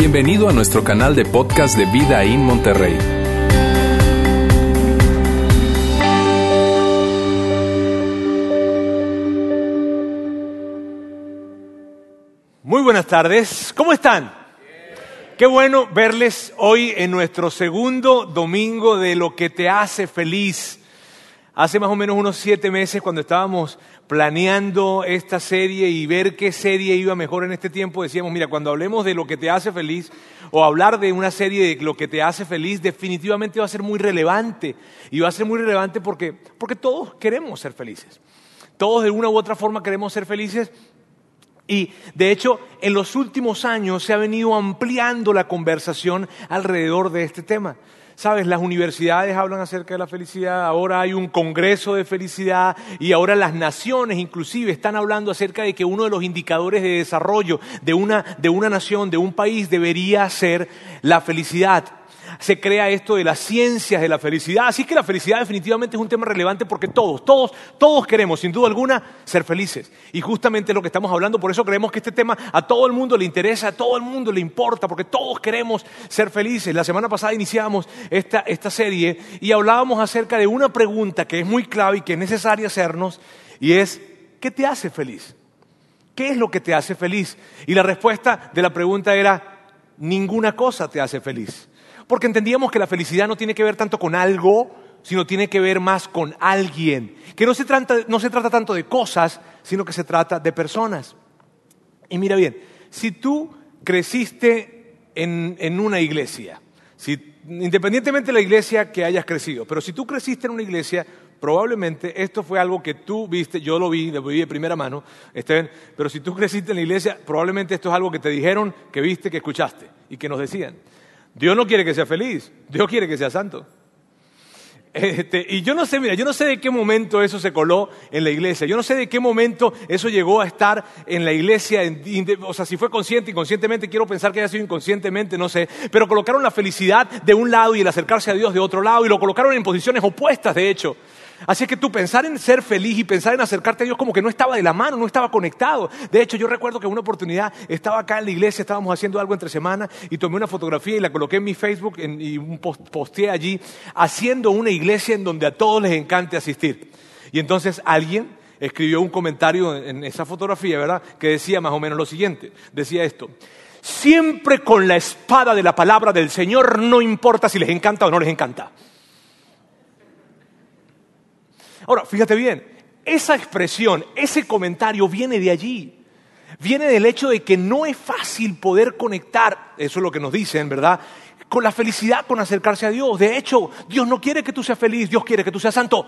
Bienvenido a nuestro canal de podcast de Vida en Monterrey. Muy buenas tardes, ¿cómo están? Qué bueno verles hoy en nuestro segundo domingo de Lo que te hace feliz. Hace más o menos unos 7 meses, cuando estábamos planeando esta serie y ver qué serie iba mejor en este tiempo, decíamos, mira, cuando hablemos de lo que te hace feliz o hablar de una serie de lo que te hace feliz, definitivamente va a ser muy relevante. Y va a ser muy relevante porque todos queremos ser felices. Todos de una u otra forma queremos ser felices. Y de hecho, en los últimos años se ha venido ampliando la conversación alrededor de este tema. Sabes, las universidades hablan acerca de la felicidad, ahora hay un congreso de felicidad y ahora las naciones inclusive están hablando acerca de que uno de los indicadores de desarrollo de una nación, de un país, debería ser la felicidad. Se crea esto de las ciencias de la felicidad, así que la felicidad definitivamente es un tema relevante porque todos queremos, sin duda alguna, ser felices. Y justamente es lo que estamos hablando, por eso creemos que este tema a todo el mundo le interesa, a todo el mundo le importa, porque todos queremos ser felices. La semana pasada iniciamos esta serie y hablábamos acerca de una pregunta que es muy clave y que es necesaria hacernos, y es, ¿qué te hace feliz? ¿Qué es lo que te hace feliz? Y la respuesta de la pregunta era, ninguna cosa te hace feliz. Porque entendíamos que la felicidad no tiene que ver tanto con algo, sino tiene que ver más con alguien. Que no se trata tanto de cosas, sino que se trata de personas. Y mira bien, si tú creciste en una iglesia, independientemente de la iglesia que hayas crecido, pero si tú creciste en una iglesia, probablemente esto fue algo que tú viste, yo lo vi de primera mano, pero si tú creciste en la iglesia, probablemente esto es algo que te dijeron, que viste, que escuchaste y que nos decían. Dios no quiere que sea feliz, Dios quiere que sea santo. Y yo no sé de qué momento eso se coló en la iglesia, yo no sé de qué momento eso llegó a estar en la iglesia, o sea, si fue consciente, inconscientemente, quiero pensar que haya sido inconscientemente, no sé, pero colocaron la felicidad de un lado y el acercarse a Dios de otro lado, y lo colocaron en posiciones opuestas, de hecho. Así que tú pensar en ser feliz y pensar en acercarte a Dios como que no estaba de la mano, no estaba conectado. De hecho, yo recuerdo que en una oportunidad estaba acá en la iglesia, estábamos haciendo algo entre semana y tomé una fotografía y la coloqué en mi Facebook y posteé allí haciendo una iglesia en donde a todos les encante asistir. Y entonces alguien escribió un comentario en esa fotografía, ¿verdad? Que decía más o menos lo siguiente, decía esto: siempre con la espada de la palabra del Señor, no importa si les encanta o no les encanta. Ahora, fíjate bien, esa expresión, ese comentario viene de allí. Viene del hecho de que no es fácil poder conectar, eso es lo que nos dicen, ¿verdad?, con la felicidad, con acercarse a Dios. De hecho, Dios no quiere que tú seas feliz, Dios quiere que tú seas santo.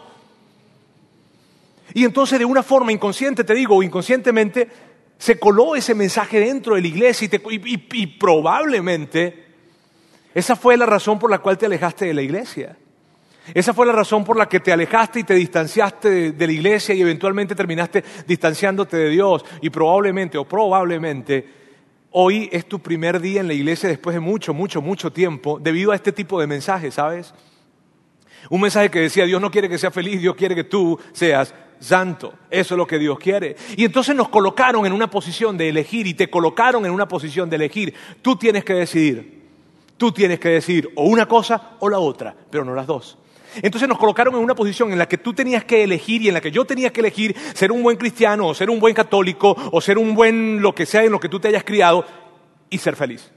Y entonces, de una forma inconsciente, te digo, o inconscientemente, se coló ese mensaje dentro de la iglesia y probablemente esa fue la razón por la cual te alejaste de la iglesia. Esa fue la razón por la que te alejaste y te distanciaste de la iglesia y eventualmente terminaste distanciándote de Dios. Y probablemente hoy es tu primer día en la iglesia después de mucho tiempo debido a este tipo de mensajes, ¿sabes? Un mensaje que decía, Dios no quiere que seas feliz, Dios quiere que tú seas santo. Eso es lo que Dios quiere. Y entonces nos colocaron en una posición de elegir y te colocaron en una posición de elegir. Tú tienes que decidir o una cosa o la otra, pero no las dos. Entonces nos colocaron en una posición en la que tú tenías que elegir y en la que yo tenía que elegir ser un buen cristiano o ser un buen católico o ser un buen lo que sea en lo que tú te hayas criado y ser feliz.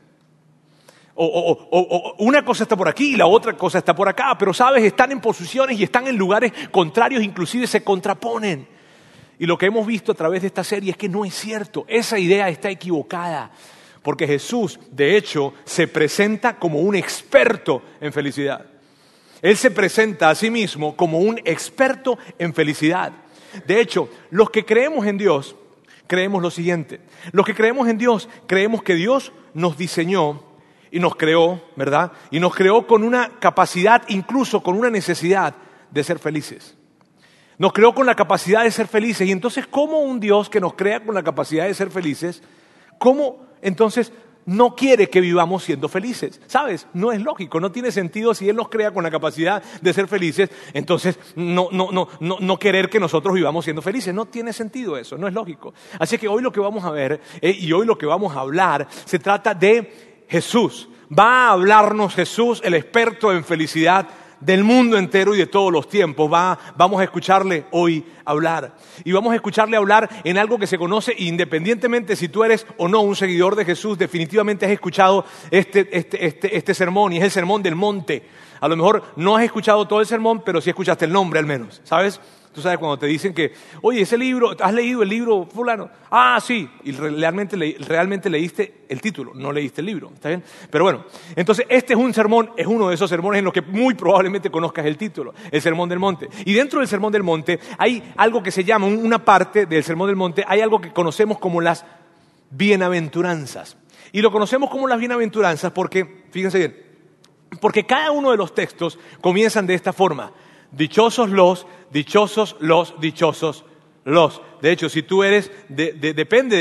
O una cosa está por aquí y la otra cosa está por acá, pero sabes, están en posiciones y están en lugares contrarios, inclusive se contraponen. Y lo que hemos visto a través de esta serie es que no es cierto, esa idea está equivocada, porque Jesús, de hecho, se presenta como un experto en felicidad. Él se presenta a sí mismo como un experto en felicidad. De hecho, los que creemos en Dios, creemos lo siguiente. Los que creemos en Dios, creemos que Dios nos diseñó y nos creó, ¿verdad? Y nos creó con una capacidad, incluso con una necesidad de ser felices. Nos creó con la capacidad de ser felices. Y entonces, ¿cómo un Dios que nos crea con la capacidad de ser felices, cómo entonces no quiere que vivamos siendo felices? ¿Sabes? No es lógico, no tiene sentido. Si Él nos crea con la capacidad de ser felices, entonces no querer que nosotros vivamos siendo felices. No tiene sentido eso, no es lógico. Así que hoy lo que vamos a ver y hoy lo que vamos a hablar se trata de Jesús. Va a hablarnos Jesús, el experto en felicidad del mundo entero y de todos los tiempos. Vamos a escucharle hoy hablar. Y vamos a escucharle hablar en algo que se conoce, independientemente si tú eres o no un seguidor de Jesús, definitivamente has escuchado este sermón, y es el Sermón del Monte. A lo mejor no has escuchado todo el sermón, pero sí escuchaste el nombre al menos, ¿sabes? Tú sabes cuando te dicen que, oye, ese libro, ¿has leído el libro fulano? Ah, sí, y realmente leíste el título, no leíste el libro, ¿está bien? Pero bueno, entonces este es un sermón, es uno de esos sermones en los que muy probablemente conozcas el título, el Sermón del Monte. Y dentro del Sermón del Monte hay algo que se llama, una parte del Sermón del Monte, hay algo que conocemos como las bienaventuranzas. Y lo conocemos como las bienaventuranzas porque, fíjense bien, porque cada uno de los textos comienzan de esta forma: dichosos los, dichosos los, dichosos los. De hecho, si tú eres, depende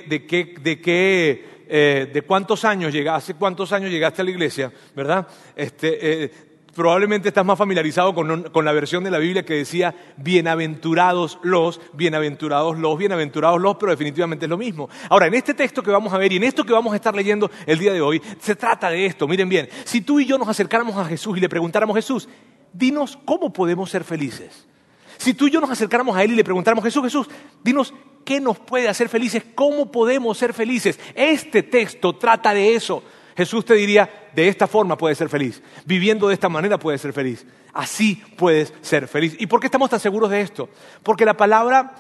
de cuántos años llegaste a la iglesia, ¿verdad? Probablemente estás más familiarizado con la versión de la Biblia que decía bienaventurados los, bienaventurados los, bienaventurados los, pero definitivamente es lo mismo. Ahora, en este texto que vamos a ver y en esto que vamos a estar leyendo el día de hoy, se trata de esto. Miren bien, si tú y yo nos acercáramos a Jesús y le preguntáramos: Jesús, dinos cómo podemos ser felices. Si tú y yo nos acercáramos a Él y le preguntáramos: Jesús, dinos qué nos puede hacer felices, cómo podemos ser felices. Este texto trata de eso. Jesús te diría: de esta forma puedes ser feliz, viviendo de esta manera puedes ser feliz, así puedes ser feliz. ¿Y por qué estamos tan seguros de esto? Porque la palabra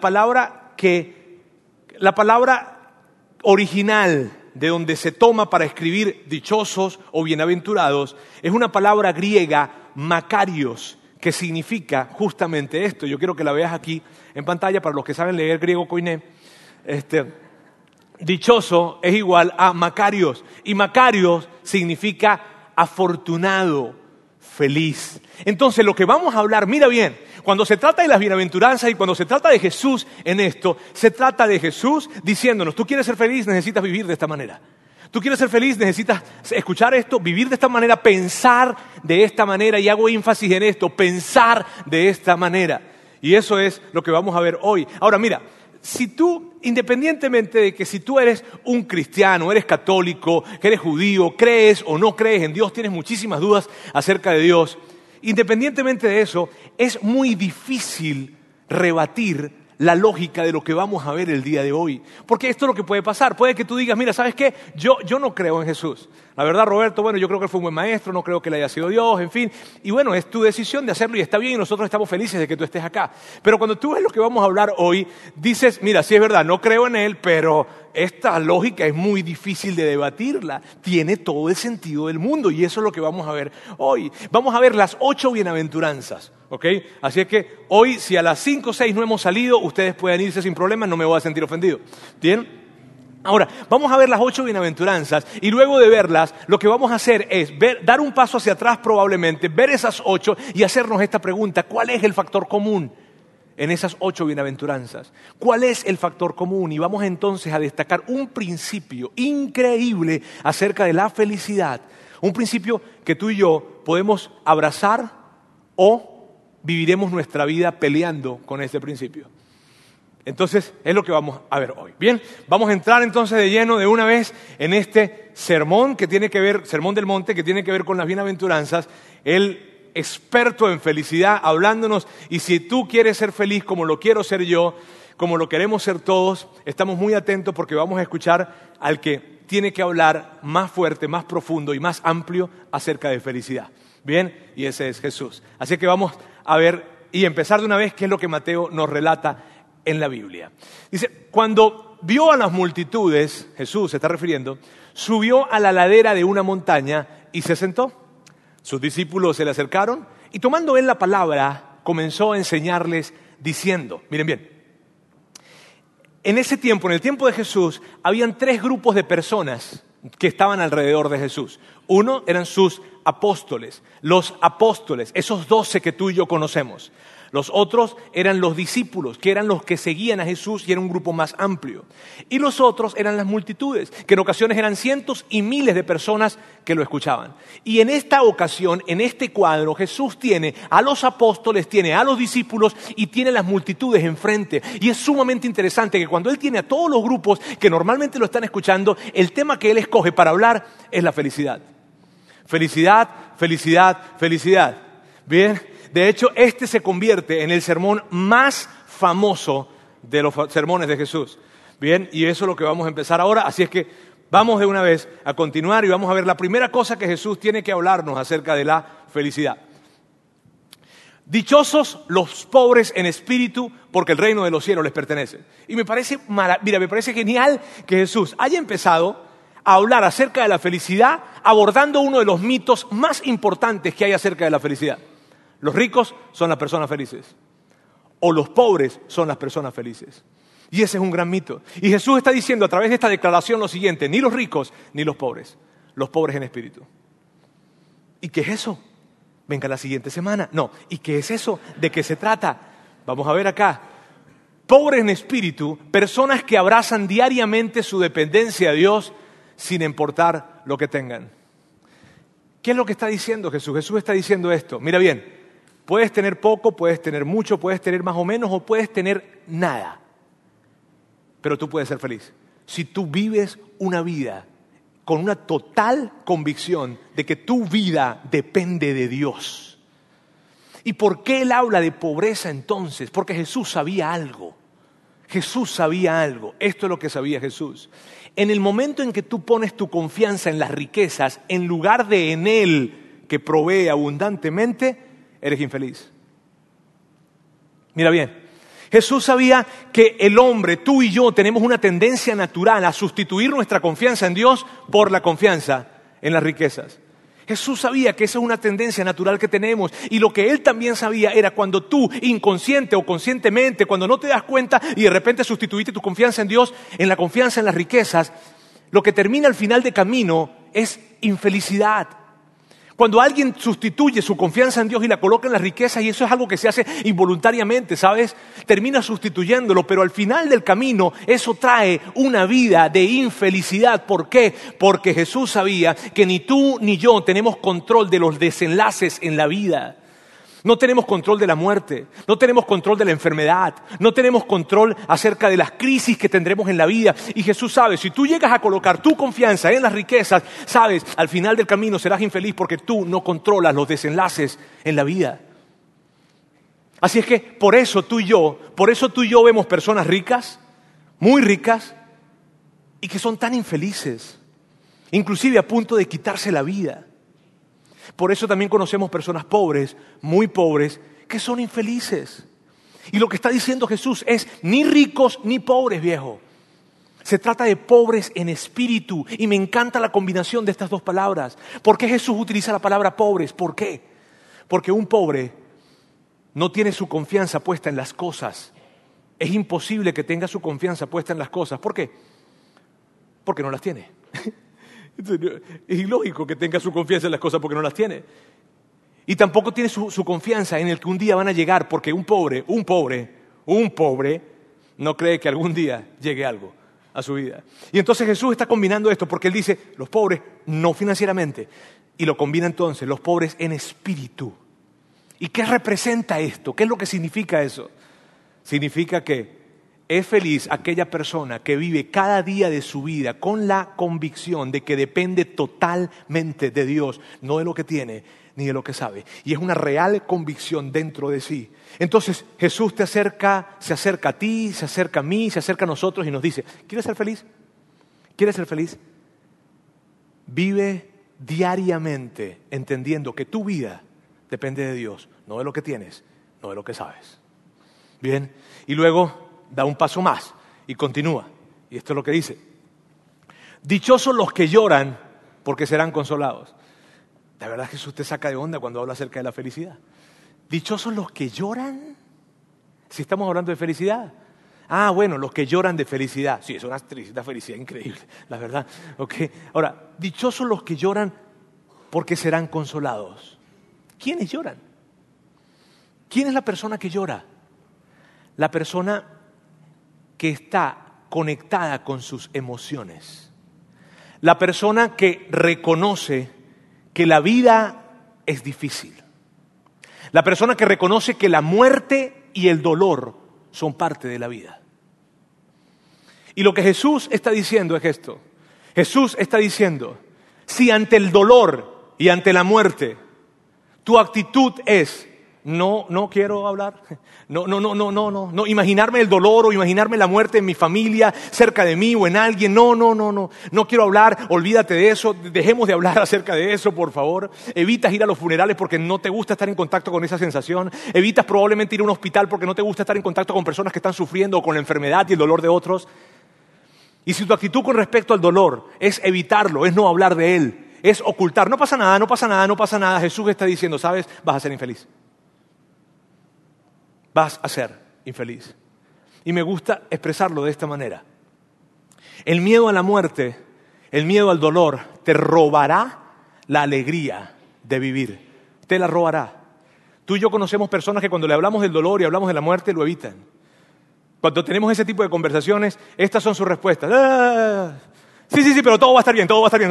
original de donde se toma para escribir dichosos o bienaventurados es una palabra griega, makarios, que significa justamente esto. Yo quiero que la veas aquí en pantalla para los que saben leer griego koiné. Dichoso es igual a makarios, y makarios significa afortunado, feliz. Entonces lo que vamos a hablar, mira bien, cuando se trata de las bienaventuranzas y cuando se trata de Jesús en esto, se trata de Jesús diciéndonos: tú quieres ser feliz, necesitas vivir de esta manera. Tú quieres ser feliz, necesitas escuchar esto, vivir de esta manera, pensar de esta manera, y hago énfasis en esto, pensar de esta manera. Y eso es lo que vamos a ver hoy. Ahora mira, si tú, independientemente de que si tú eres un cristiano, eres católico, que eres judío, crees o no crees en Dios, tienes muchísimas dudas acerca de Dios, independientemente de eso, es muy difícil rebatir la lógica de lo que vamos a ver el día de hoy. Porque esto es lo que puede pasar. Puede que tú digas: mira, ¿sabes qué? Yo no creo en Jesús. La verdad, Roberto, bueno, yo creo que él fue un buen maestro, no creo que él haya sido Dios, en fin. Y bueno, es tu decisión de hacerlo y está bien, y nosotros estamos felices de que tú estés acá. Pero cuando tú ves lo que vamos a hablar hoy, dices: mira, sí es verdad, no creo en él, pero esta lógica es muy difícil de debatirla. Tiene todo el sentido del mundo, y eso es lo que vamos a ver hoy. Vamos a ver las 8 bienaventuranzas, ¿ok? Así es que hoy, si a las 5 o 6 no hemos salido, ustedes pueden irse sin problema, no me voy a sentir ofendido. ¿Bien? Ahora, vamos a ver las 8 bienaventuranzas, y luego de verlas, lo que vamos a hacer es dar un paso hacia atrás probablemente, ver esas 8 y hacernos esta pregunta: ¿cuál es el factor común en esas 8 bienaventuranzas? ¿Cuál es el factor común? Y vamos entonces a destacar un principio increíble acerca de la felicidad, un principio que tú y yo podemos abrazar o viviremos nuestra vida peleando con este principio. Entonces, es lo que vamos a ver hoy. Bien, vamos a entrar entonces de lleno de una vez en este sermón que tiene que ver, Sermón del Monte, que tiene que ver con las bienaventuranzas, el experto en felicidad hablándonos. Y si tú quieres ser feliz como lo quiero ser yo, como lo queremos ser todos, estamos muy atentos porque vamos a escuchar al que tiene que hablar más fuerte, más profundo y más amplio acerca de felicidad. Bien, y ese es Jesús. Así que vamos a ver y empezar de una vez qué es lo que Mateo nos relata en la Biblia. Dice: cuando vio a las multitudes, Jesús se está refiriendo, subió a la ladera de una montaña y se sentó. Sus discípulos se le acercaron y, tomando él la palabra, comenzó a enseñarles diciendo, miren bien, en ese tiempo, en el tiempo de Jesús, habían 3 grupos de personas que estaban alrededor de Jesús. Uno eran sus apóstoles, los apóstoles, esos 12 que tú y yo conocemos. Los otros eran los discípulos, que eran los que seguían a Jesús y era un grupo más amplio. Y los otros eran las multitudes, que en ocasiones eran cientos y miles de personas que lo escuchaban. Y en esta ocasión, en este cuadro, Jesús tiene a los apóstoles, tiene a los discípulos y tiene las multitudes enfrente. Y es sumamente interesante que cuando Él tiene a todos los grupos que normalmente lo están escuchando, el tema que Él escoge para hablar es la felicidad. Felicidad, felicidad, felicidad. Bien. De hecho, este se convierte en el sermón más famoso de los sermones de Jesús. Bien, y eso es lo que vamos a empezar ahora. Así es que vamos de una vez a continuar y vamos a ver la primera cosa que Jesús tiene que hablarnos acerca de la felicidad. Dichosos los pobres en espíritu, porque el reino de los cielos les pertenece. Y me parece genial que Jesús haya empezado a hablar acerca de la felicidad abordando uno de los mitos más importantes que hay acerca de la felicidad. Los ricos son las personas felices, o los pobres son las personas felices. Y ese es un gran mito. Y Jesús está diciendo a través de esta declaración lo siguiente: ni los ricos ni los pobres en espíritu. ¿Y qué es eso? Venga la siguiente semana. No, ¿y qué es eso? ¿De qué se trata? Vamos a ver acá. Pobres en espíritu, personas que abrazan diariamente su dependencia a Dios sin importar lo que tengan. ¿Qué es lo que está diciendo Jesús? Jesús está diciendo esto. Mira bien. Puedes tener poco, puedes tener mucho, puedes tener más o menos o puedes tener nada. Pero tú puedes ser feliz. Si tú vives una vida con una total convicción de que tu vida depende de Dios. ¿Y por qué Él habla de pobreza entonces? Porque Jesús sabía algo. Jesús sabía algo. Esto es lo que sabía Jesús. En el momento en que tú pones tu confianza en las riquezas, en lugar de en Él que provee abundantemente, eres infeliz. Mira bien, Jesús sabía que el hombre, tú y yo, tenemos una tendencia natural a sustituir nuestra confianza en Dios por la confianza en las riquezas. Jesús sabía que esa es una tendencia natural que tenemos y lo que Él también sabía era cuando tú, inconsciente o conscientemente, cuando no te das cuenta y de repente sustituiste tu confianza en Dios en la confianza en las riquezas, lo que termina al final de camino es infelicidad. Cuando alguien sustituye su confianza en Dios y la coloca en las riquezas, y eso es algo que se hace involuntariamente, ¿sabes? Termina sustituyéndolo, pero al final del camino eso trae una vida de infelicidad. ¿Por qué? Porque Jesús sabía que ni tú ni yo tenemos control de los desenlaces en la vida. No tenemos control de la muerte, no tenemos control de la enfermedad, no tenemos control acerca de las crisis que tendremos en la vida. Y Jesús sabe, si tú llegas a colocar tu confianza en las riquezas, sabes, al final del camino serás infeliz porque tú no controlas los desenlaces en la vida. Así es que por eso tú y yo vemos personas ricas, muy ricas, y que son tan infelices, inclusive a punto de quitarse la vida. Por eso también conocemos personas pobres, muy pobres, que son infelices. Y lo que está diciendo Jesús es ni ricos ni pobres, viejo. Se trata de pobres en espíritu. Y me encanta la combinación de estas dos palabras. ¿Por qué Jesús utiliza la palabra pobres? ¿Por qué? Porque un pobre no tiene su confianza puesta en las cosas. Es imposible que tenga su confianza puesta en las cosas. ¿Por qué? Porque no las tiene. Es ilógico que tenga su confianza en las cosas porque no las tiene. Y tampoco tiene su confianza en el que un día van a llegar, porque un pobre no cree que algún día llegue algo a su vida. Y entonces Jesús está combinando esto porque Él dice, los pobres no financieramente, y lo combina entonces, los pobres en espíritu. ¿Y qué representa esto? ¿Qué es lo que significa eso? Significa que es feliz aquella persona que vive cada día de su vida con la convicción de que depende totalmente de Dios, no de lo que tiene ni de lo que sabe. Y es una real convicción dentro de sí. Entonces Jesús se acerca a ti, se acerca a mí, se acerca a nosotros y nos dice, ¿quieres ser feliz? ¿Quieres ser feliz? Vive diariamente entendiendo que tu vida depende de Dios, no de lo que tienes, no de lo que sabes. Bien, y luego da un paso más y continúa. Y esto es lo que dice. Dichosos los que lloran porque serán consolados. La verdad es que Jesús te saca de onda cuando habla acerca de la felicidad. Dichosos los que lloran. Si estamos hablando de felicidad. Ah, bueno, los que lloran de felicidad. Sí, es una felicidad increíble, la verdad. Okay. Ahora, dichosos los que lloran porque serán consolados. ¿Quiénes lloran? ¿Quién es la persona que llora? La persona que está conectada con sus emociones. La persona que reconoce que la vida es difícil. La persona que reconoce que la muerte y el dolor son parte de la vida. Y lo que Jesús está diciendo es esto. Jesús está diciendo, si ante el dolor y ante la muerte tu actitud es no quiero hablar, no imaginarme el dolor o imaginarme la muerte en mi familia, cerca de mí o en alguien, no quiero hablar, olvídate de eso, dejemos de hablar acerca de eso, por favor. Evitas ir a los funerales porque no te gusta estar en contacto con esa sensación, evitas probablemente ir a un hospital porque no te gusta estar en contacto con personas que están sufriendo o con la enfermedad y el dolor de otros. Y si tu actitud con respecto al dolor es evitarlo, es no hablar de él, es ocultar, no pasa nada, Jesús está diciendo, ¿sabes? Vas a ser infeliz. Vas a ser infeliz. Y me gusta expresarlo de esta manera. El miedo a la muerte, el miedo al dolor, te robará la alegría de vivir. Te la robará. Tú y yo conocemos personas que cuando le hablamos del dolor y hablamos de la muerte, lo evitan. Cuando tenemos ese tipo de conversaciones, estas son sus respuestas. Sí, pero todo va a estar bien.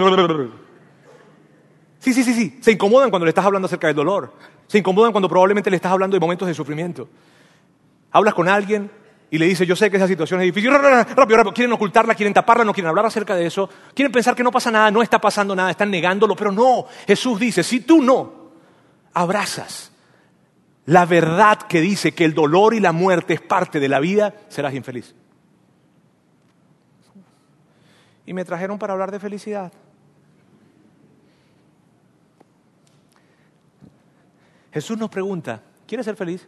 Sí. Se incomodan cuando le estás hablando acerca del dolor. Se incomodan cuando probablemente le estás hablando de momentos de sufrimiento. Hablas con alguien y le dices, yo sé que esa situación es difícil. Rápido. Quieren ocultarla, quieren taparla, no quieren hablar acerca de eso. Quieren pensar que no pasa nada, no está pasando nada, están negándolo. Pero no, Jesús dice, si tú no abrazas la verdad que dice que el dolor y la muerte es parte de la vida, serás infeliz. Y me trajeron para hablar de felicidad. Jesús nos pregunta, ¿quieres ser feliz?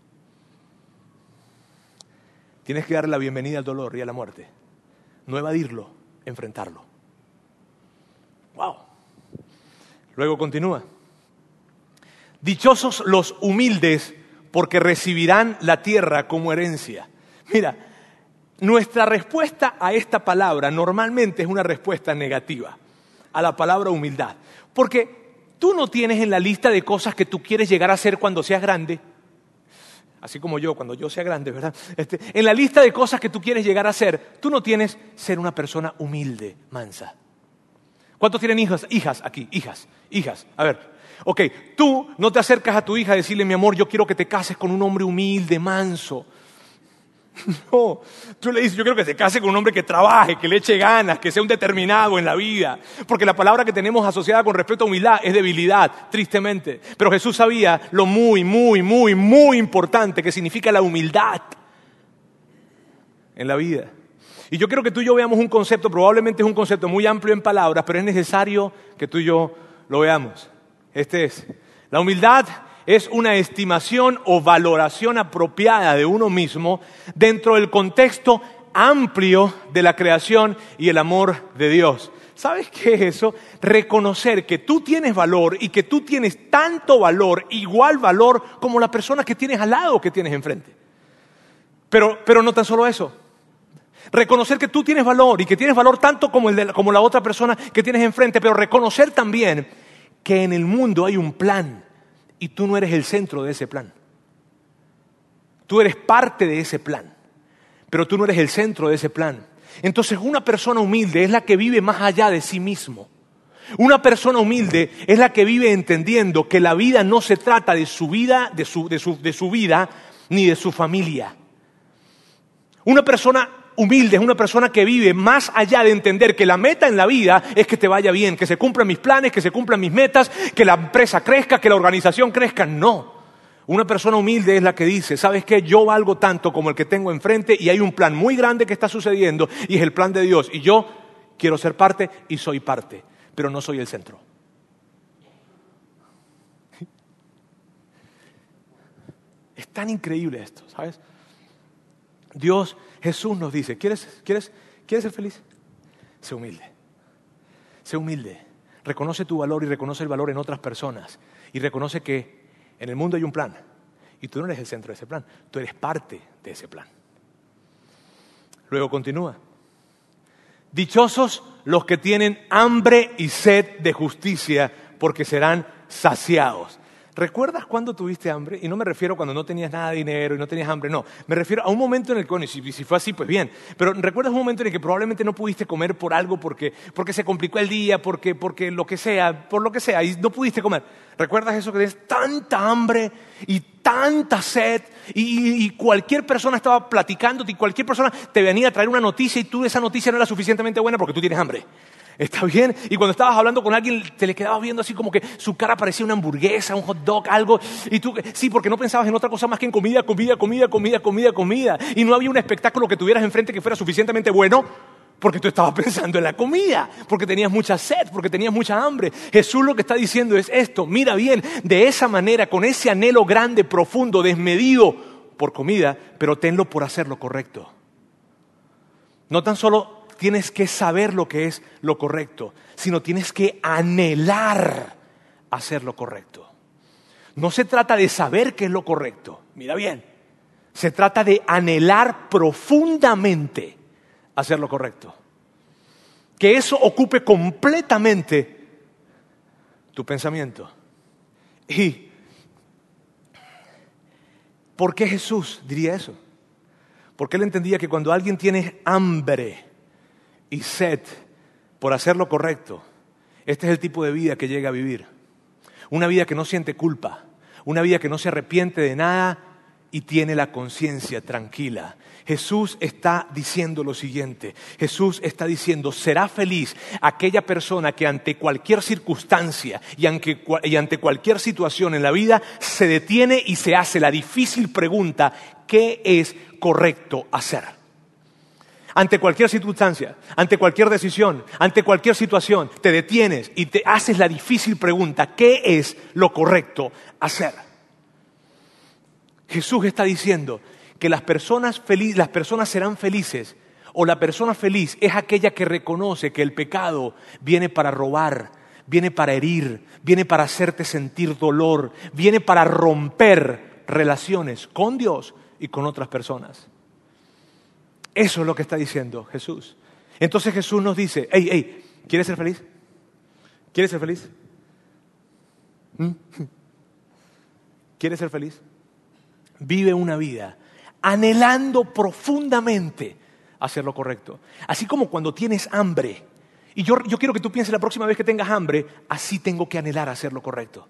Tienes que darle la bienvenida al dolor y a la muerte. No evadirlo, enfrentarlo. ¡Wow! Luego continúa. Dichosos los humildes, porque recibirán la tierra como herencia. Mira, nuestra respuesta a esta palabra normalmente es una respuesta negativa a la palabra humildad. Porque tú no tienes en la lista de cosas que tú quieres llegar a ser cuando seas grande, así como yo, cuando yo sea grande, ¿verdad? En la lista de cosas que tú quieres llegar a ser, tú no tienes ser una persona humilde, mansa. ¿Cuántos tienen hijas aquí? Hijas. A ver, ok, tú no te acercas a tu hija a decirle, mi amor, yo quiero que te cases con un hombre humilde, manso. No, tú le dices, yo quiero que se case con un hombre que trabaje, que le eche ganas, que sea un determinado en la vida. Porque la palabra que tenemos asociada con respecto a humildad es debilidad, tristemente. Pero Jesús sabía lo muy importante que significa la humildad en la vida. Y yo quiero que tú y yo veamos un concepto, probablemente es un concepto muy amplio en palabras, pero es necesario que tú y yo lo veamos. La humildad es una estimación o valoración apropiada de uno mismo dentro del contexto amplio de la creación y el amor de Dios. ¿Sabes qué es eso? Reconocer que tú tienes valor y que tú tienes tanto valor, igual valor como la persona que tienes al lado o que tienes enfrente. Pero no tan solo eso. Reconocer que tú tienes valor y que tienes valor tanto como la otra persona que tienes enfrente, pero reconocer también que en el mundo hay un plan y tú no eres el centro de ese plan. Tú eres parte de ese plan, pero tú no eres el centro de ese plan. Entonces una persona humilde es la que vive más allá de sí mismo. Una persona humilde es la que vive entendiendo que la vida no se trata de su vida, de su vida, ni de su familia. Una persona humilde es una persona que vive más allá de entender que la meta en la vida es que te vaya bien, que se cumplan mis planes, que se cumplan mis metas, que la empresa crezca, que la organización crezca. No. Una persona humilde es la que dice, ¿sabes qué? Yo valgo tanto como el que tengo enfrente y hay un plan muy grande que está sucediendo y es el plan de Dios. Y yo quiero ser parte y soy parte, pero no soy el centro. Es tan increíble esto, ¿sabes? Jesús nos dice, ¿quieres ser feliz? Sé humilde. Sé humilde. Reconoce tu valor y reconoce el valor en otras personas. Y reconoce que en el mundo hay un plan. Y tú no eres el centro de ese plan. Tú eres parte de ese plan. Luego continúa. Dichosos los que tienen hambre y sed de justicia, porque serán saciados. ¿recuerdas cuando tuviste hambre? Y no me refiero a cuando no tenías nada de dinero y no tenías hambre, no. Me refiero a un momento en el que, bueno, y si fue así, pues bien. Pero ¿recuerdas un momento en el que probablemente no pudiste comer por algo porque se complicó el día, porque lo que sea, por lo que sea, y no pudiste comer? ¿Recuerdas eso que tienes tanta hambre y tanta sed y cualquier persona estaba platicándote y cualquier persona te venía a traer una noticia y tú esa noticia no era suficientemente buena porque tú tienes hambre? ¿Está bien? Y cuando estabas hablando con alguien, te le quedabas viendo así como que su cara parecía una hamburguesa, un hot dog, algo. Y tú, sí, porque no pensabas en otra cosa más que en comida. Y no había un espectáculo que tuvieras enfrente que fuera suficientemente bueno porque tú estabas pensando en la comida, porque tenías mucha sed, porque tenías mucha hambre. Jesús lo que está diciendo es esto: mira bien, de esa manera, con ese anhelo grande, profundo, desmedido por comida, pero tenlo por hacer lo correcto. No tan solo tienes que saber lo que es lo correcto, sino tienes que anhelar hacer lo correcto. No se trata de saber qué es lo correcto, mira bien, se trata de anhelar profundamente hacer lo correcto. Que eso ocupe completamente tu pensamiento. ¿Y por qué Jesús diría eso? Porque él entendía que cuando alguien tiene hambre y sed por hacer lo correcto, este es el tipo de vida que llega a vivir. Una vida que no siente culpa, una vida que no se arrepiente de nada y tiene la conciencia tranquila. Jesús está diciendo lo siguiente. Jesús está diciendo: será feliz aquella persona que ante cualquier circunstancia y ante cualquier situación en la vida se detiene y se hace la difícil pregunta: ¿qué es correcto hacer? Ante cualquier circunstancia, ante cualquier decisión, ante cualquier situación, te detienes y te haces la difícil pregunta: ¿qué es lo correcto hacer? Jesús está diciendo que las personas serán felices, o la persona feliz es aquella que reconoce que el pecado viene para robar, viene para herir, viene para hacerte sentir dolor, viene para romper relaciones con Dios y con otras personas. Eso es lo que está diciendo Jesús. Entonces Jesús nos dice: hey, ¿quieres ser feliz? ¿Quieres ser feliz? ¿Quieres ser feliz? Vive una vida anhelando profundamente hacer lo correcto. Así como cuando tienes hambre. Y yo quiero que tú pienses la próxima vez que tengas hambre: así tengo que anhelar hacer lo correcto.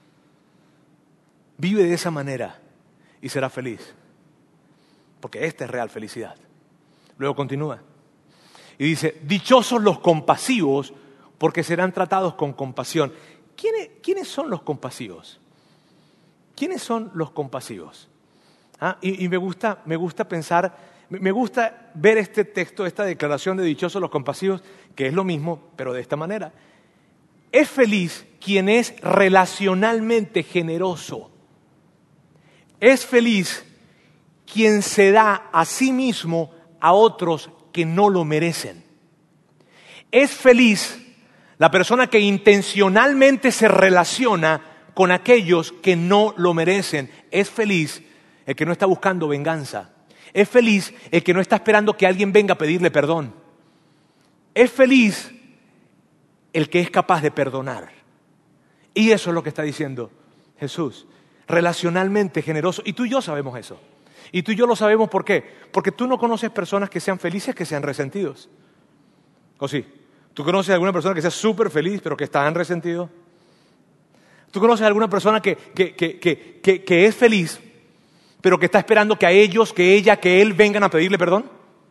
Vive de esa manera y serás feliz. Porque esta es real felicidad. Luego continúa y dice: dichosos los compasivos, porque serán tratados con compasión. ¿Quiénes son los compasivos? ¿Quiénes son los compasivos? Y me gusta pensar, me gusta ver este texto, esta declaración de dichosos los compasivos, que es lo mismo, pero de esta manera. Es feliz quien es relacionalmente generoso. Es feliz quien se da a sí mismo a otros que no lo merecen. Es feliz la persona que intencionalmente se relaciona con aquellos que no lo merecen. Es feliz el que no está buscando venganza. Es feliz el que no está esperando que alguien venga a pedirle perdón. Es feliz el que es capaz de perdonar. Y eso es lo que está diciendo Jesús. Relacionalmente generoso. Y tú y yo sabemos eso. Y tú y yo lo sabemos, ¿por qué? Porque tú no conoces personas que sean felices, que sean resentidos. ¿O sí? ¿Tú conoces a alguna persona que sea súper feliz, pero que está resentido? ¿Tú conoces a alguna persona que es feliz, pero que está esperando que a ellos, que ella, que él vengan a pedirle perdón?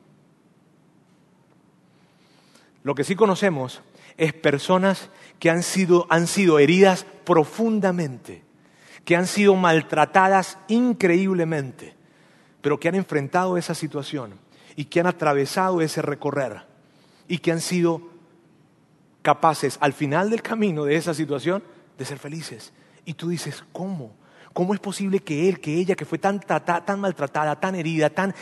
Lo que sí conocemos es personas que han sido heridas profundamente, que han sido maltratadas increíblemente, pero que han enfrentado esa situación y que han atravesado ese recorrer y que han sido capaces al final del camino de esa situación de ser felices. Y tú dices: ¿cómo? ¿Cómo es posible que él, que ella, que fue tan maltratada, tan herida, tan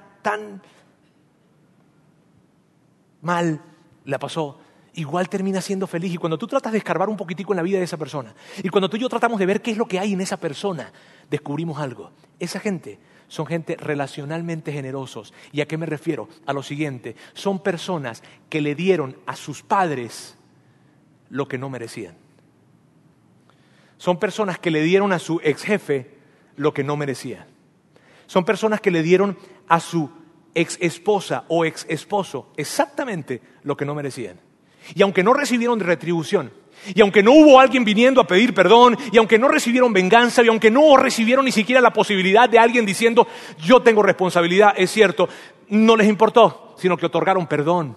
mal la pasó, igual termina siendo feliz? Y cuando tú tratas de escarbar un poquitico en la vida de esa persona, y cuando tú y yo tratamos de ver qué es lo que hay en esa persona, descubrimos algo. Esa gente son gente relacionalmente generosos. ¿Y a qué me refiero? A lo siguiente: son personas que le dieron a sus padres lo que no merecían. son personas que le dieron a su ex jefe lo que no merecían. Son personas que le dieron a su ex esposa o ex esposo exactamente lo que no merecían. Y aunque no recibieron retribución, y aunque no hubo alguien viniendo a pedir perdón, y aunque no recibieron venganza, y aunque no recibieron ni siquiera la posibilidad de alguien diciendo yo tengo responsabilidad, es cierto, no les importó, sino que otorgaron perdón.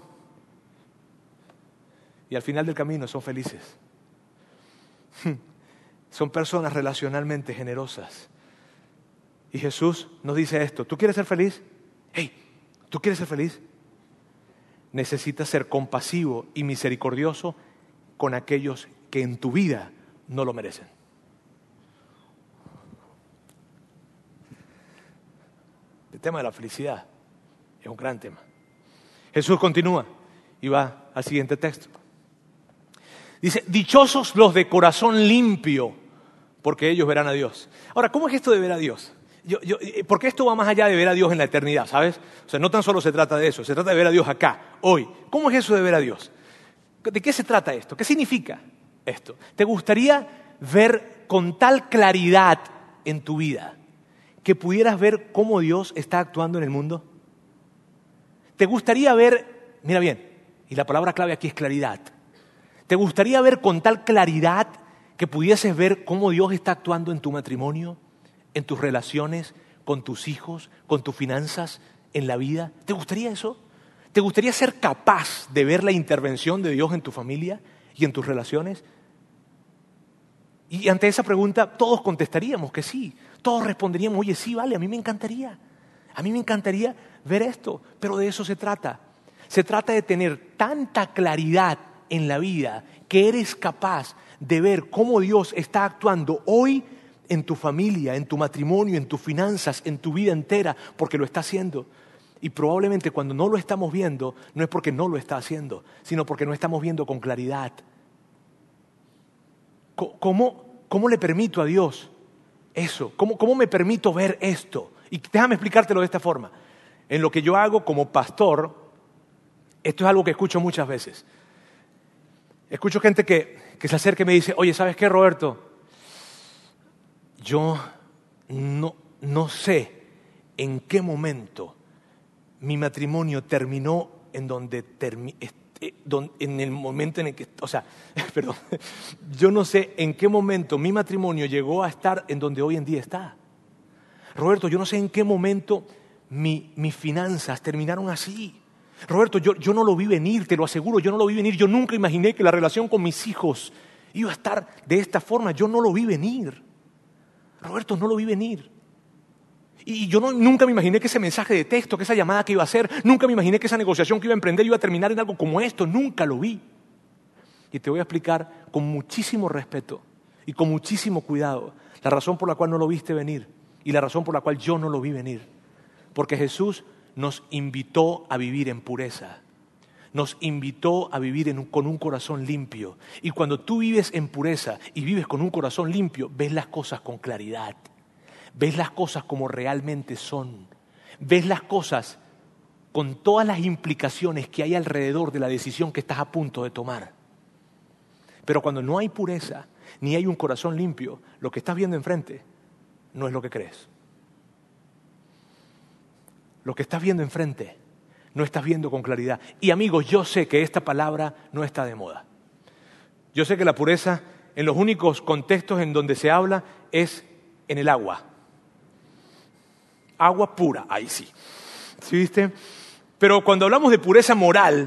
Y al final del camino son felices. Son personas relacionalmente generosas. Y Jesús nos dice esto: ¿tú quieres ser feliz? Hey, ¿tú quieres ser feliz? Necesitas ser compasivo y misericordioso con aquellos que en tu vida no lo merecen. El tema de la felicidad es un gran tema. Jesús continúa y va al siguiente texto. Dice, dichosos los de corazón limpio, porque ellos verán a Dios. Ahora, ¿cómo es esto de ver a Dios? Porque esto va más allá de ver a Dios en la eternidad, ¿sabes? O sea, no tan solo se trata de eso, se trata de ver a Dios acá, hoy. ¿Cómo es eso de ver a Dios? ¿De qué se trata esto? ¿Qué significa esto? ¿Te gustaría ver con tal claridad en tu vida que pudieras ver cómo Dios está actuando en el mundo? ¿Te gustaría ver, mira bien, y la palabra clave aquí es claridad, ¿te gustaría ver con tal claridad que pudieses ver cómo Dios está actuando en tu matrimonio, en tus relaciones, con tus hijos, con tus finanzas, en la vida? ¿Te gustaría eso? ¿Te gustaría ser capaz de ver la intervención de Dios en tu familia y en tus relaciones? Y ante esa pregunta todos contestaríamos que sí. Todos responderíamos, oye, sí, vale, a mí me encantaría. A mí me encantaría ver esto, pero de eso se trata. Se trata de tener tanta claridad en la vida que eres capaz de ver cómo Dios está actuando hoy en tu familia, en tu matrimonio, en tus finanzas, en tu vida entera, porque lo está haciendo. Y probablemente cuando no lo estamos viendo, no es porque no lo está haciendo, sino porque no estamos viendo con claridad. ¿Cómo le permito a Dios eso? ¿Cómo me permito ver esto? Y déjame explicártelo de esta forma. En lo que yo hago como pastor, esto es algo que escucho muchas veces. Escucho gente que se acerca y me dice, oye, ¿sabes qué, Roberto? Yo no sé en qué momento mi matrimonio terminó en el momento en el que, perdón, yo no sé en qué momento mi matrimonio llegó a estar en donde hoy en día está. Roberto, yo no sé en qué momento mis finanzas terminaron así. Roberto, yo no lo vi venir, te lo aseguro, yo no lo vi venir. Yo nunca imaginé que la relación con mis hijos iba a estar de esta forma. Yo no lo vi venir. Roberto, no lo vi venir. Y yo nunca me imaginé que ese mensaje de texto, que esa llamada que iba a hacer, nunca me imaginé que esa negociación que iba a emprender iba a terminar en algo como esto. Nunca lo vi. Y te voy a explicar con muchísimo respeto y con muchísimo cuidado la razón por la cual no lo viste venir y la razón por la cual yo no lo vi venir. Porque Jesús nos invitó a vivir en pureza. Nos invitó a vivir con un corazón limpio. Y cuando tú vives en pureza y vives con un corazón limpio, ves las cosas con claridad. Ves las cosas como realmente son. Ves las cosas con todas las implicaciones que hay alrededor de la decisión que estás a punto de tomar. Pero cuando no hay pureza, ni hay un corazón limpio, lo que estás viendo enfrente no es lo que crees. Lo que estás viendo enfrente no estás viendo con claridad. Y amigos, yo sé que esta palabra no está de moda. Yo sé que la pureza, en los únicos contextos en donde se habla, es en el agua. Agua pura, ahí sí. ¿Sí viste? Pero cuando hablamos de pureza moral,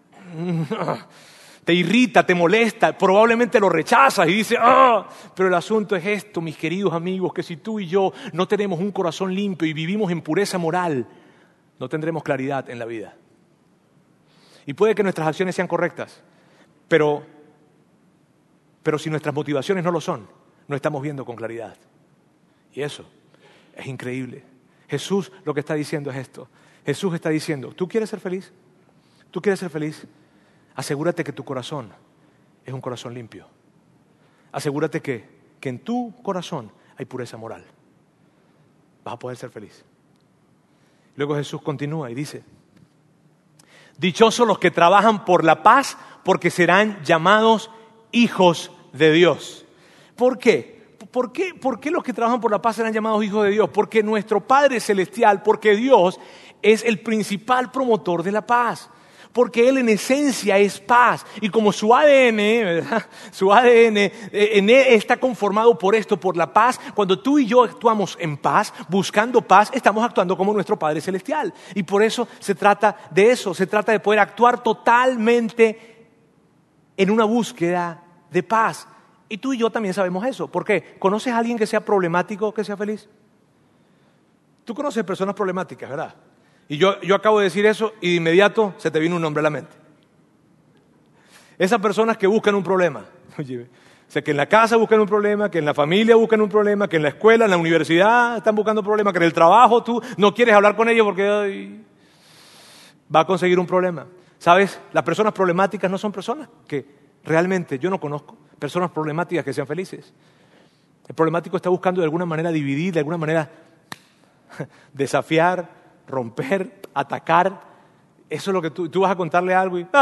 te irrita, te molesta, probablemente lo rechazas y dices, pero el asunto es esto, mis queridos amigos, que si tú y yo no tenemos un corazón limpio y vivimos en pureza moral, no tendremos claridad en la vida. Y puede que nuestras acciones sean correctas, pero si nuestras motivaciones no lo son, no estamos viendo con claridad. Y eso es increíble. Jesús lo que está diciendo es esto. Jesús está diciendo, ¿tú quieres ser feliz? ¿Tú quieres ser feliz? Asegúrate que tu corazón es un corazón limpio. Asegúrate que en tu corazón hay pureza moral. Vas a poder ser feliz. Luego Jesús continúa y dice, dichosos los que trabajan por la paz, porque serán llamados hijos de Dios. ¿Por qué? ¿Por qué los que trabajan por la paz serán llamados hijos de Dios? Porque nuestro Padre Celestial, porque Dios es el principal promotor de la paz. Porque Él en esencia es paz. Y como su ADN, ¿verdad? Su ADN en Él está conformado por esto, por la paz. Cuando tú y yo actuamos en paz, buscando paz, estamos actuando como nuestro Padre Celestial. Y por eso se trata de eso. Se trata de poder actuar totalmente en una búsqueda de paz. Y tú y yo también sabemos eso. ¿Por qué? ¿Conoces a alguien que sea problemático, que sea feliz? Tú conoces personas problemáticas, ¿verdad? Y yo acabo de decir eso y de inmediato se te vino un nombre a la mente. Esas personas que buscan un problema. Oye, o sea, que en la casa buscan un problema, que en la familia buscan un problema, que en la escuela, en la universidad están buscando problemas, que en el trabajo tú no quieres hablar con ellos porque va a conseguir un problema. ¿Sabes? Las personas problemáticas no son personas que realmente yo no conozco. Personas problemáticas que sean felices. El problemático está buscando de alguna manera dividir, de alguna manera desafiar, romper, atacar. Eso es lo que tú vas a contarle algo y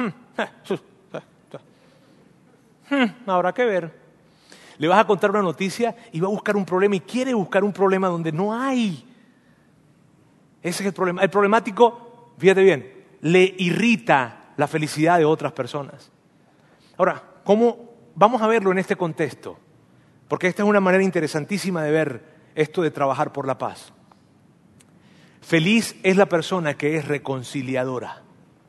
habrá que ver. Le vas a contar una noticia y va a buscar un problema y quiere buscar un problema donde no hay. Ese es el problema. El problemático, fíjate bien, le irrita la felicidad de otras personas. Ahora, ¿cómo vamos a verlo en este contexto? Porque esta es una manera interesantísima de ver esto de trabajar por la paz. Feliz es la persona que es reconciliadora.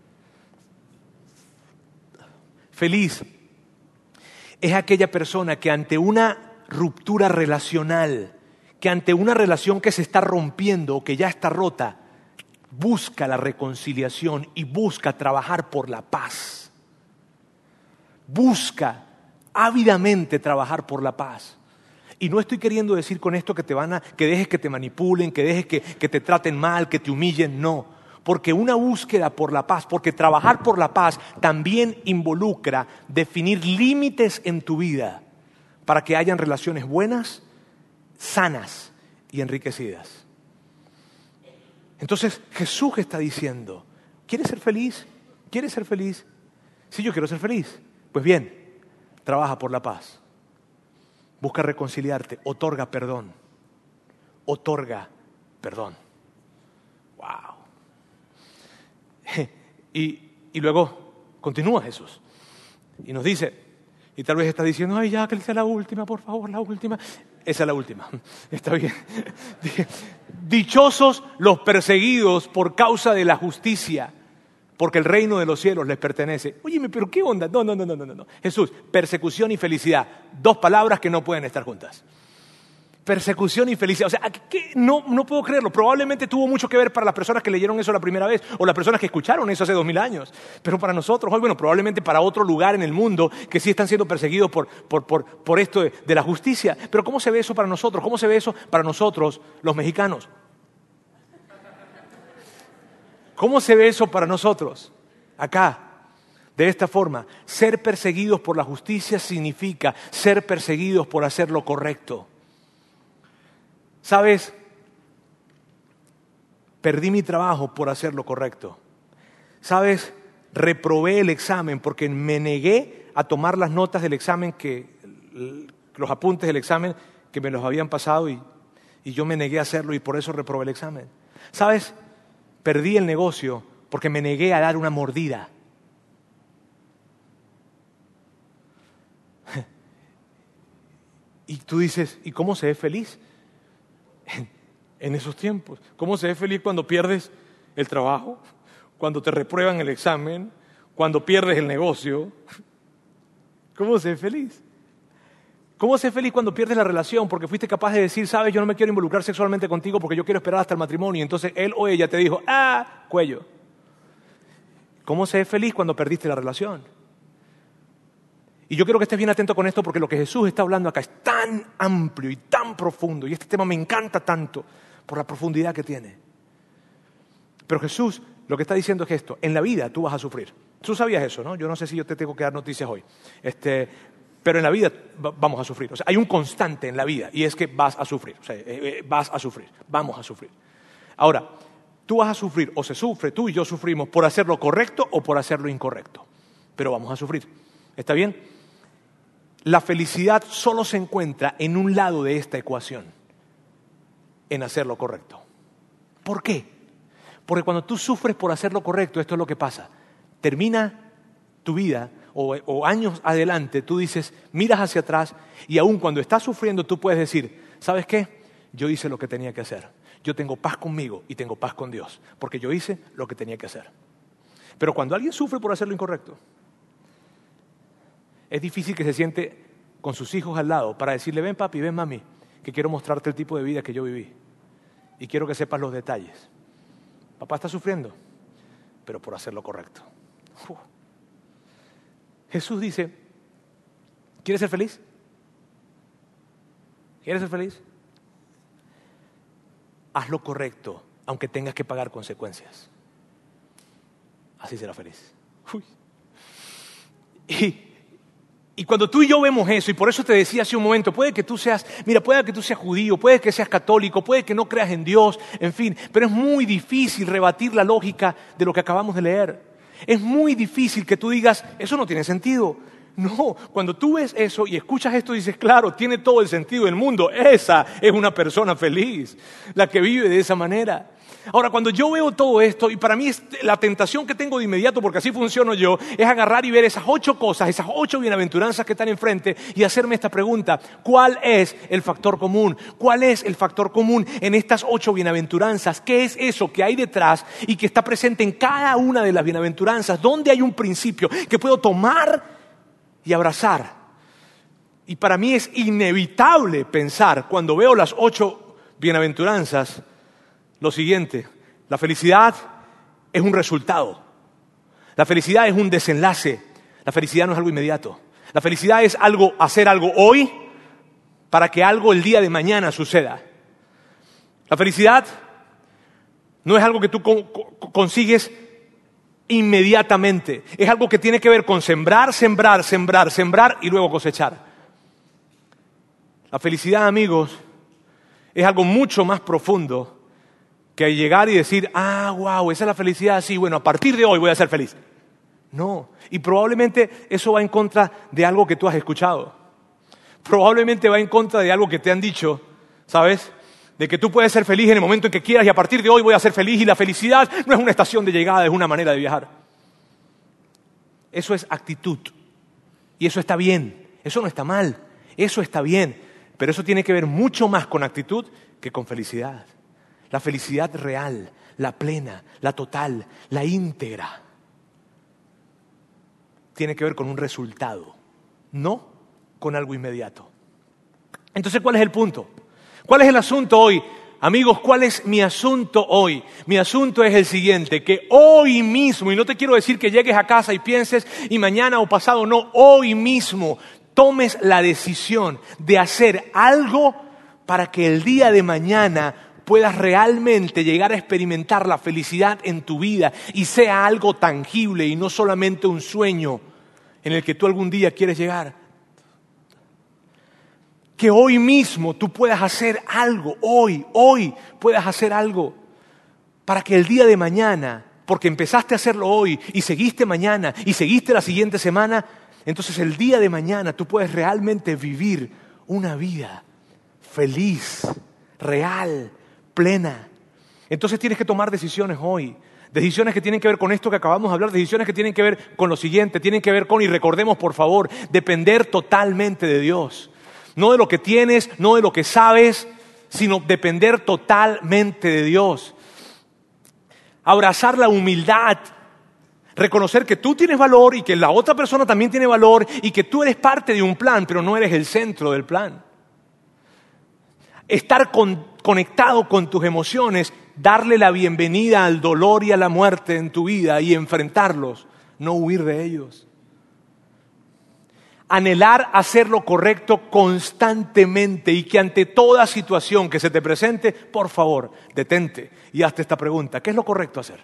Feliz es aquella persona que ante una ruptura relacional, que ante una relación que se está rompiendo o que ya está rota, busca la reconciliación y busca trabajar por la paz. Busca ávidamente trabajar por la paz. Y no estoy queriendo decir con esto que dejes que te manipulen, que dejes que te traten mal, que te humillen, no. Porque una búsqueda por la paz, porque trabajar por la paz también involucra definir límites en tu vida para que hayan relaciones buenas, sanas y enriquecidas. Entonces Jesús está diciendo, ¿quieres ser feliz? ¿Quieres ser feliz? Sí, yo quiero ser feliz. Pues bien, trabaja por la paz. Busca reconciliarte, otorga perdón. Otorga perdón. ¡Wow! Y luego continúa Jesús. Y nos dice, y tal vez está diciendo, ay ya, que sea la última, por favor, la última. Esa es la última. Está bien. Dichosos los perseguidos por causa de la justicia, porque el reino de los cielos les pertenece. Óyeme, pero ¿qué onda? No. Jesús, persecución y felicidad. Dos palabras que no pueden estar juntas. Persecución y felicidad. O sea, no puedo creerlo. Probablemente tuvo mucho que ver para las personas que leyeron eso la primera vez o las personas que escucharon eso hace 2000 años. Pero para nosotros, hoy, bueno, probablemente para otro lugar en el mundo que sí están siendo perseguidos por esto de la justicia. Pero ¿cómo se ve eso para nosotros? ¿Cómo se ve eso para nosotros, los mexicanos? ¿Cómo se ve eso para nosotros? Acá, de esta forma, ser perseguidos por la justicia significa ser perseguidos por hacer lo correcto. ¿Sabes? Perdí mi trabajo por hacer lo correcto. ¿Sabes? Reprobé el examen porque me negué a tomar las notas del examen, los apuntes del examen que me los habían pasado y yo me negué a hacerlo y por eso reprobé el examen. ¿Sabes? Perdí el negocio porque me negué a dar una mordida. Y tú dices, ¿y cómo se es feliz en esos tiempos? ¿Cómo se es feliz cuando pierdes el trabajo? Cuando te reprueban el examen, cuando pierdes el negocio. ¿Cómo se es feliz? ¿Cómo se es feliz cuando pierdes la relación? Porque fuiste capaz de decir, sabes, yo no me quiero involucrar sexualmente contigo porque yo quiero esperar hasta el matrimonio. Y entonces él o ella te dijo, cuello. ¿Cómo se es feliz cuando perdiste la relación? Y yo quiero que estés bien atento con esto porque lo que Jesús está hablando acá es tan amplio y tan profundo. Y este tema me encanta tanto por la profundidad que tiene. Pero Jesús lo que está diciendo es que esto, en la vida tú vas a sufrir. Tú sabías eso, ¿no? Yo no sé si yo te tengo que dar noticias hoy. Pero en la vida vamos a sufrir. O sea, hay un constante en la vida y es que vas a sufrir. O sea, vas a sufrir, vamos a sufrir. Ahora, tú vas a sufrir o se sufre, tú y yo sufrimos por hacer lo correcto o por hacer lo incorrecto. Pero vamos a sufrir. ¿Está bien? la felicidad solo se encuentra en un lado de esta ecuación, en hacer lo correcto. ¿Por qué? Porque cuando tú sufres por hacer lo correcto, esto es lo que pasa. Termina tu vida o años adelante, tú dices, miras hacia atrás y aún cuando estás sufriendo tú puedes decir, ¿sabes qué? Yo hice lo que tenía que hacer. Yo tengo paz conmigo y tengo paz con Dios, porque yo hice lo que tenía que hacer. Pero cuando alguien sufre por hacer lo incorrecto, es difícil que se siente con sus hijos al lado para decirle, ven papi, ven mami, que quiero mostrarte el tipo de vida que yo viví y quiero que sepas los detalles. Papá está sufriendo, pero por hacer lo correcto. Jesús dice, ¿quieres ser feliz? ¿Quieres ser feliz? Haz lo correcto, aunque tengas que pagar consecuencias. Así serás feliz. Uy. Y cuando tú y yo vemos eso, y por eso te decía hace un momento, puede que tú seas judío, puede que seas católico, puede que no creas en Dios, en fin, pero es muy difícil rebatir la lógica de lo que acabamos de leer. Es muy difícil que tú digas, eso no tiene sentido. No, cuando tú ves eso y escuchas esto dices, claro, tiene todo el sentido del mundo. Esa es una persona feliz, la que vive de esa manera. Ahora, cuando yo veo todo esto, y para mí la tentación que tengo de inmediato, porque así funciono yo, es agarrar y ver esas 8 cosas, esas 8 bienaventuranzas que están enfrente y hacerme esta pregunta, ¿cuál es el factor común? ¿Cuál es el factor común en estas 8 bienaventuranzas? ¿Qué es eso que hay detrás y que está presente en cada una de las bienaventuranzas? ¿Dónde hay un principio que puedo tomar y abrazar? Y para mí es inevitable pensar, cuando veo las 8 bienaventuranzas, lo siguiente: la felicidad es un resultado, la felicidad es un desenlace, la felicidad no es algo inmediato, la felicidad es hacer algo hoy para que algo el día de mañana suceda. La felicidad no es algo que tú consigues inmediatamente, es algo que tiene que ver con sembrar y luego cosechar. La felicidad, amigos, es algo mucho más profundo que llegar y decir, wow, esa es la felicidad, sí, bueno, a partir de hoy voy a ser feliz. No, y probablemente eso va en contra de algo que tú has escuchado. Probablemente va en contra de algo que te han dicho, ¿sabes? De que tú puedes ser feliz en el momento en que quieras y a partir de hoy voy a ser feliz, y la felicidad no es una estación de llegada, es una manera de viajar. Eso es actitud. Y eso está bien, eso no está mal, eso está bien, pero eso tiene que ver mucho más con actitud que con felicidad. La felicidad real, la plena, la total, la íntegra, tiene que ver con un resultado, no con algo inmediato. Entonces, ¿cuál es el punto? ¿Cuál es el asunto hoy? Amigos, ¿cuál es mi asunto hoy? Mi asunto es el siguiente, que hoy mismo, y no te quiero decir que llegues a casa y pienses y mañana o pasado, no, hoy mismo tomes la decisión de hacer algo para que el día de mañana puedas realmente llegar a experimentar la felicidad en tu vida y sea algo tangible y no solamente un sueño en el que tú algún día quieres llegar. Que hoy mismo tú puedas hacer algo, hoy puedas hacer algo para que el día de mañana, porque empezaste a hacerlo hoy y seguiste mañana y seguiste la siguiente semana, entonces el día de mañana tú puedes realmente vivir una vida feliz, real, plena. Entonces tienes que tomar decisiones hoy, decisiones que tienen que ver con esto que acabamos de hablar, decisiones que tienen que ver con lo siguiente, tienen que ver con, y recordemos por favor, depender totalmente de Dios. No de lo que tienes, no de lo que sabes, sino depender totalmente de Dios. Abrazar la humildad, reconocer que tú tienes valor y que la otra persona también tiene valor y que tú eres parte de un plan, pero no eres el centro del plan. Estar conectado con tus emociones, darle la bienvenida al dolor y a la muerte en tu vida y enfrentarlos, no huir de ellos. Anhelar hacer lo correcto constantemente y que ante toda situación que se te presente, por favor, detente y hazte esta pregunta: ¿qué es lo correcto hacer?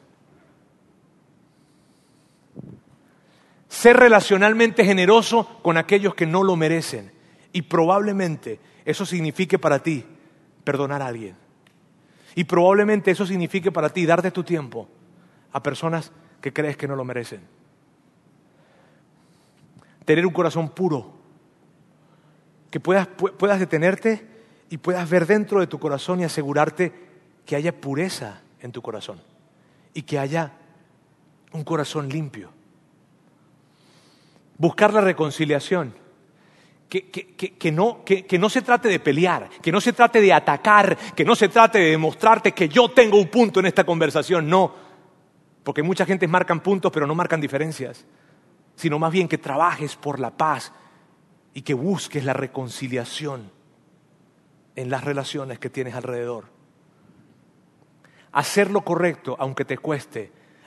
Ser relacionalmente generoso con aquellos que no lo merecen, y probablemente eso signifique para ti perdonar a alguien. Y probablemente eso signifique para ti darte tu tiempo a personas que crees que no lo merecen. Tener un corazón puro que puedas detenerte y puedas ver dentro de tu corazón y asegurarte que haya pureza en tu corazón y que haya un corazón limpio. Buscar la reconciliación. Que no se trate de pelear, que no se trate de atacar, que no se trate de demostrarte que yo tengo un punto en esta conversación, no. Porque mucha gente marcan puntos pero no marcan diferencias, sino más bien que trabajes por la paz y que busques la reconciliación en las relaciones que tienes alrededor. Hacer lo correcto aunque te cueste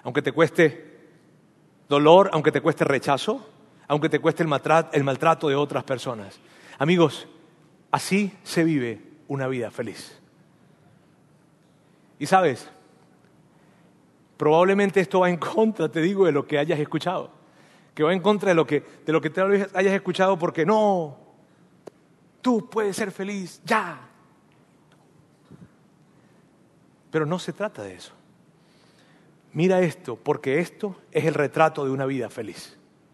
dolor, aunque te cueste rechazo, aunque te cueste el maltrato de otras personas. Amigos, así se vive una vida feliz. Y sabes, probablemente esto va en contra, te digo, de lo que hayas escuchado. Que va en contra de lo que te hayas escuchado porque no, tú puedes ser feliz, ya. Pero no se trata de eso. Mira esto, porque esto es el retrato de una vida feliz.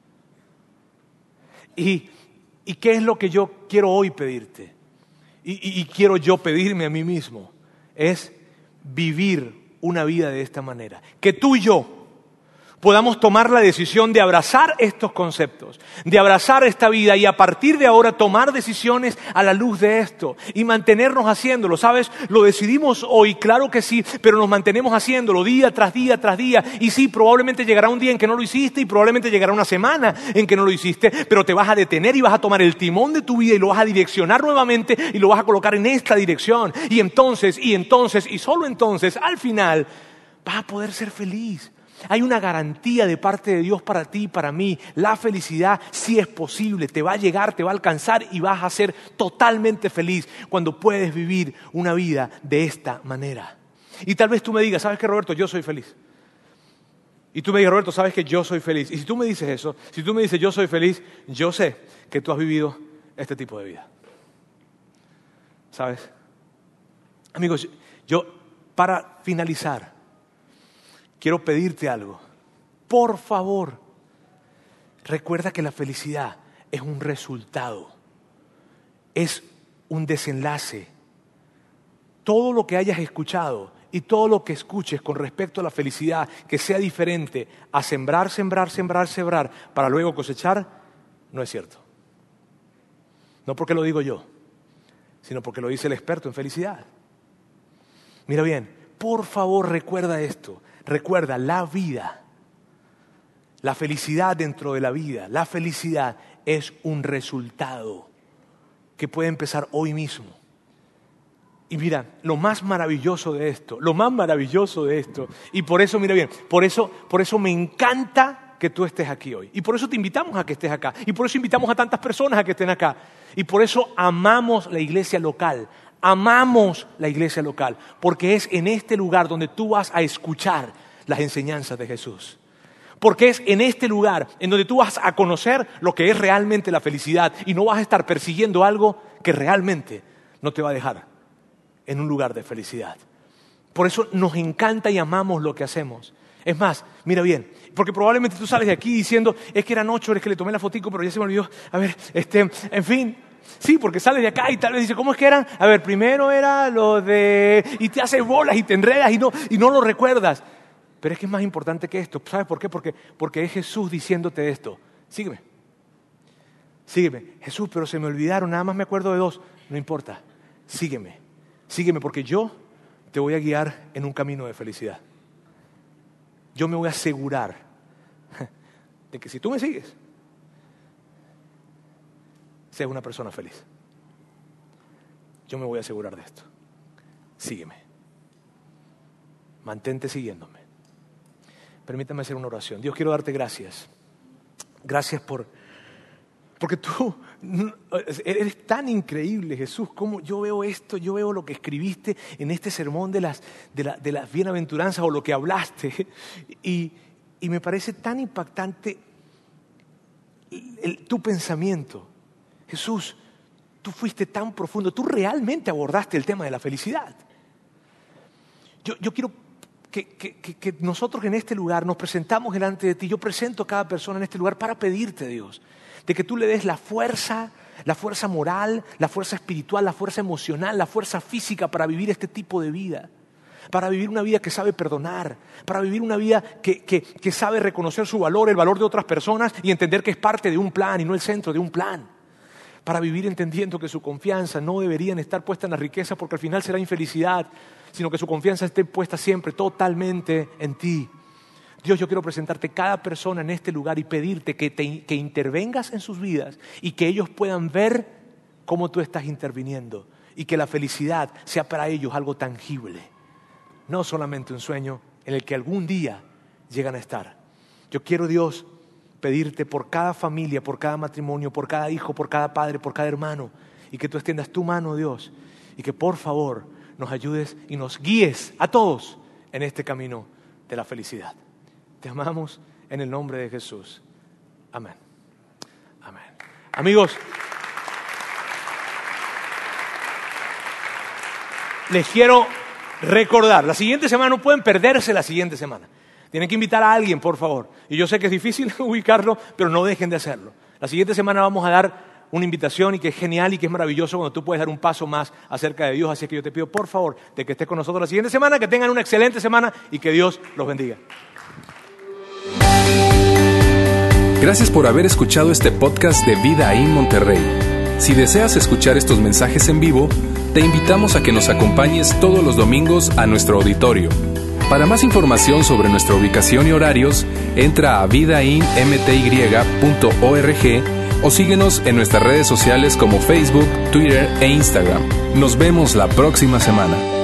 ¿Y qué es lo que yo quiero hoy pedirte? Y quiero yo pedirme a mí mismo. Es vivir una vida de esta manera. Que tú y yo podamos tomar la decisión de abrazar estos conceptos, de abrazar esta vida y a partir de ahora tomar decisiones a la luz de esto y mantenernos haciéndolo. ¿Sabes? Lo decidimos hoy, claro que sí, pero nos mantenemos haciéndolo día tras día tras día. Y sí, probablemente llegará un día en que no lo hiciste y probablemente llegará una semana en que no lo hiciste, pero te vas a detener y vas a tomar el timón de tu vida y lo vas a direccionar nuevamente y lo vas a colocar en esta dirección. Y entonces, y solo entonces, al final, vas a poder ser feliz. Hay una garantía de parte de Dios para ti y para mí. La felicidad, sí es posible, te va a llegar, te va a alcanzar y vas a ser totalmente feliz cuando puedes vivir una vida de esta manera. Y tal vez tú me digas, ¿sabes qué, Roberto? Yo soy feliz. Y tú me digas, Roberto, ¿sabes que yo soy feliz? Y si tú me dices eso, si tú me dices yo soy feliz, yo sé que tú has vivido este tipo de vida. ¿Sabes? Amigos, yo para finalizar quiero pedirte algo. Por favor, recuerda que la felicidad es un resultado, es un desenlace. Todo lo que hayas escuchado y todo lo que escuches con respecto a la felicidad, que sea diferente a sembrar para luego cosechar, no es cierto. No porque lo digo yo, sino porque lo dice el experto en felicidad. Mira bien, por favor recuerda esto. Recuerda, la vida, la felicidad dentro de la vida, la felicidad es un resultado que puede empezar hoy mismo. Y mira, lo más maravilloso de esto, y por eso, mira bien, por eso me encanta que tú estés aquí hoy. Y por eso te invitamos a que estés acá. Y por eso invitamos a tantas personas a que estén acá. Y por eso amamos la iglesia local. Amamos la iglesia local, porque es en este lugar donde tú vas a escuchar las enseñanzas de Jesús. Porque es en este lugar en donde tú vas a conocer lo que es realmente la felicidad y no vas a estar persiguiendo algo que realmente no te va a dejar en un lugar de felicidad. Por eso nos encanta y amamos lo que hacemos. Es más, mira bien, porque probablemente tú sales de aquí diciendo, es que eran 8 horas que le tomé la fotico, pero ya se me olvidó. A ver, en fin. Sí, porque sales de acá y tal vez dices, ¿cómo es que eran? A ver, primero era lo de... Y te haces bolas y te enredas y no lo recuerdas. Pero es que es más importante que esto. ¿Sabes por qué? Porque es Jesús diciéndote esto. Sígueme. Jesús, pero se me olvidaron, nada más me acuerdo de 2. No importa, sígueme porque yo te voy a guiar en un camino de felicidad. Yo me voy a asegurar de que si tú me sigues, seas una persona feliz. Yo me voy a asegurar de esto. Sígueme. Mantente siguiéndome. Permítame hacer una oración. Dios, quiero darte gracias. Gracias porque tú eres tan increíble, Jesús, como yo veo esto, yo veo lo que escribiste en este sermón de las bienaventuranzas o lo que hablaste y me parece tan impactante tu pensamiento. Jesús, tú fuiste tan profundo, tú realmente abordaste el tema de la felicidad. Yo quiero que nosotros en este lugar nos presentamos delante de ti. Yo presento a cada persona en este lugar para pedirte, Dios, de que tú le des la fuerza, la fuerza moral, la fuerza espiritual, la fuerza emocional, la fuerza física para vivir este tipo de vida. Para vivir una vida que sabe perdonar, para vivir una vida que sabe reconocer su valor, el valor de otras personas y entender que es parte de un plan y no el centro de un plan. Para vivir entendiendo que su confianza no debería estar puesta en la riqueza porque al final será infelicidad, sino que su confianza esté puesta siempre totalmente en ti. Dios, yo quiero presentarte cada persona en este lugar y pedirte que intervengas en sus vidas y que ellos puedan ver cómo tú estás interviniendo y que la felicidad sea para ellos algo tangible. No solamente un sueño en el que algún día llegan a estar. Yo quiero, Dios, pedirte por cada familia, por cada matrimonio, por cada hijo, por cada padre, por cada hermano, y que tú extiendas tu mano, Dios, y que por favor nos ayudes y nos guíes a todos en este camino de la felicidad. Te amamos en el nombre de Jesús. Amén. Amén. Amigos, les quiero recordar, la siguiente semana no pueden perderse la siguiente semana. Tienen que invitar a alguien, por favor. Y yo sé que es difícil ubicarlo, pero no dejen de hacerlo. La siguiente semana vamos a dar una invitación y que es genial y que es maravilloso cuando tú puedes dar un paso más acerca de Dios. Así que yo te pido, por favor, de que estés con nosotros la siguiente semana, que tengan una excelente semana y que Dios los bendiga. Gracias por haber escuchado este podcast de Vida In Monterrey. Si deseas escuchar estos mensajes en vivo, te invitamos a que nos acompañes todos los domingos a nuestro auditorio. Para más información sobre nuestra ubicación y horarios, entra a vidainmty.org o síguenos en nuestras redes sociales como Facebook, Twitter e Instagram. Nos vemos la próxima semana.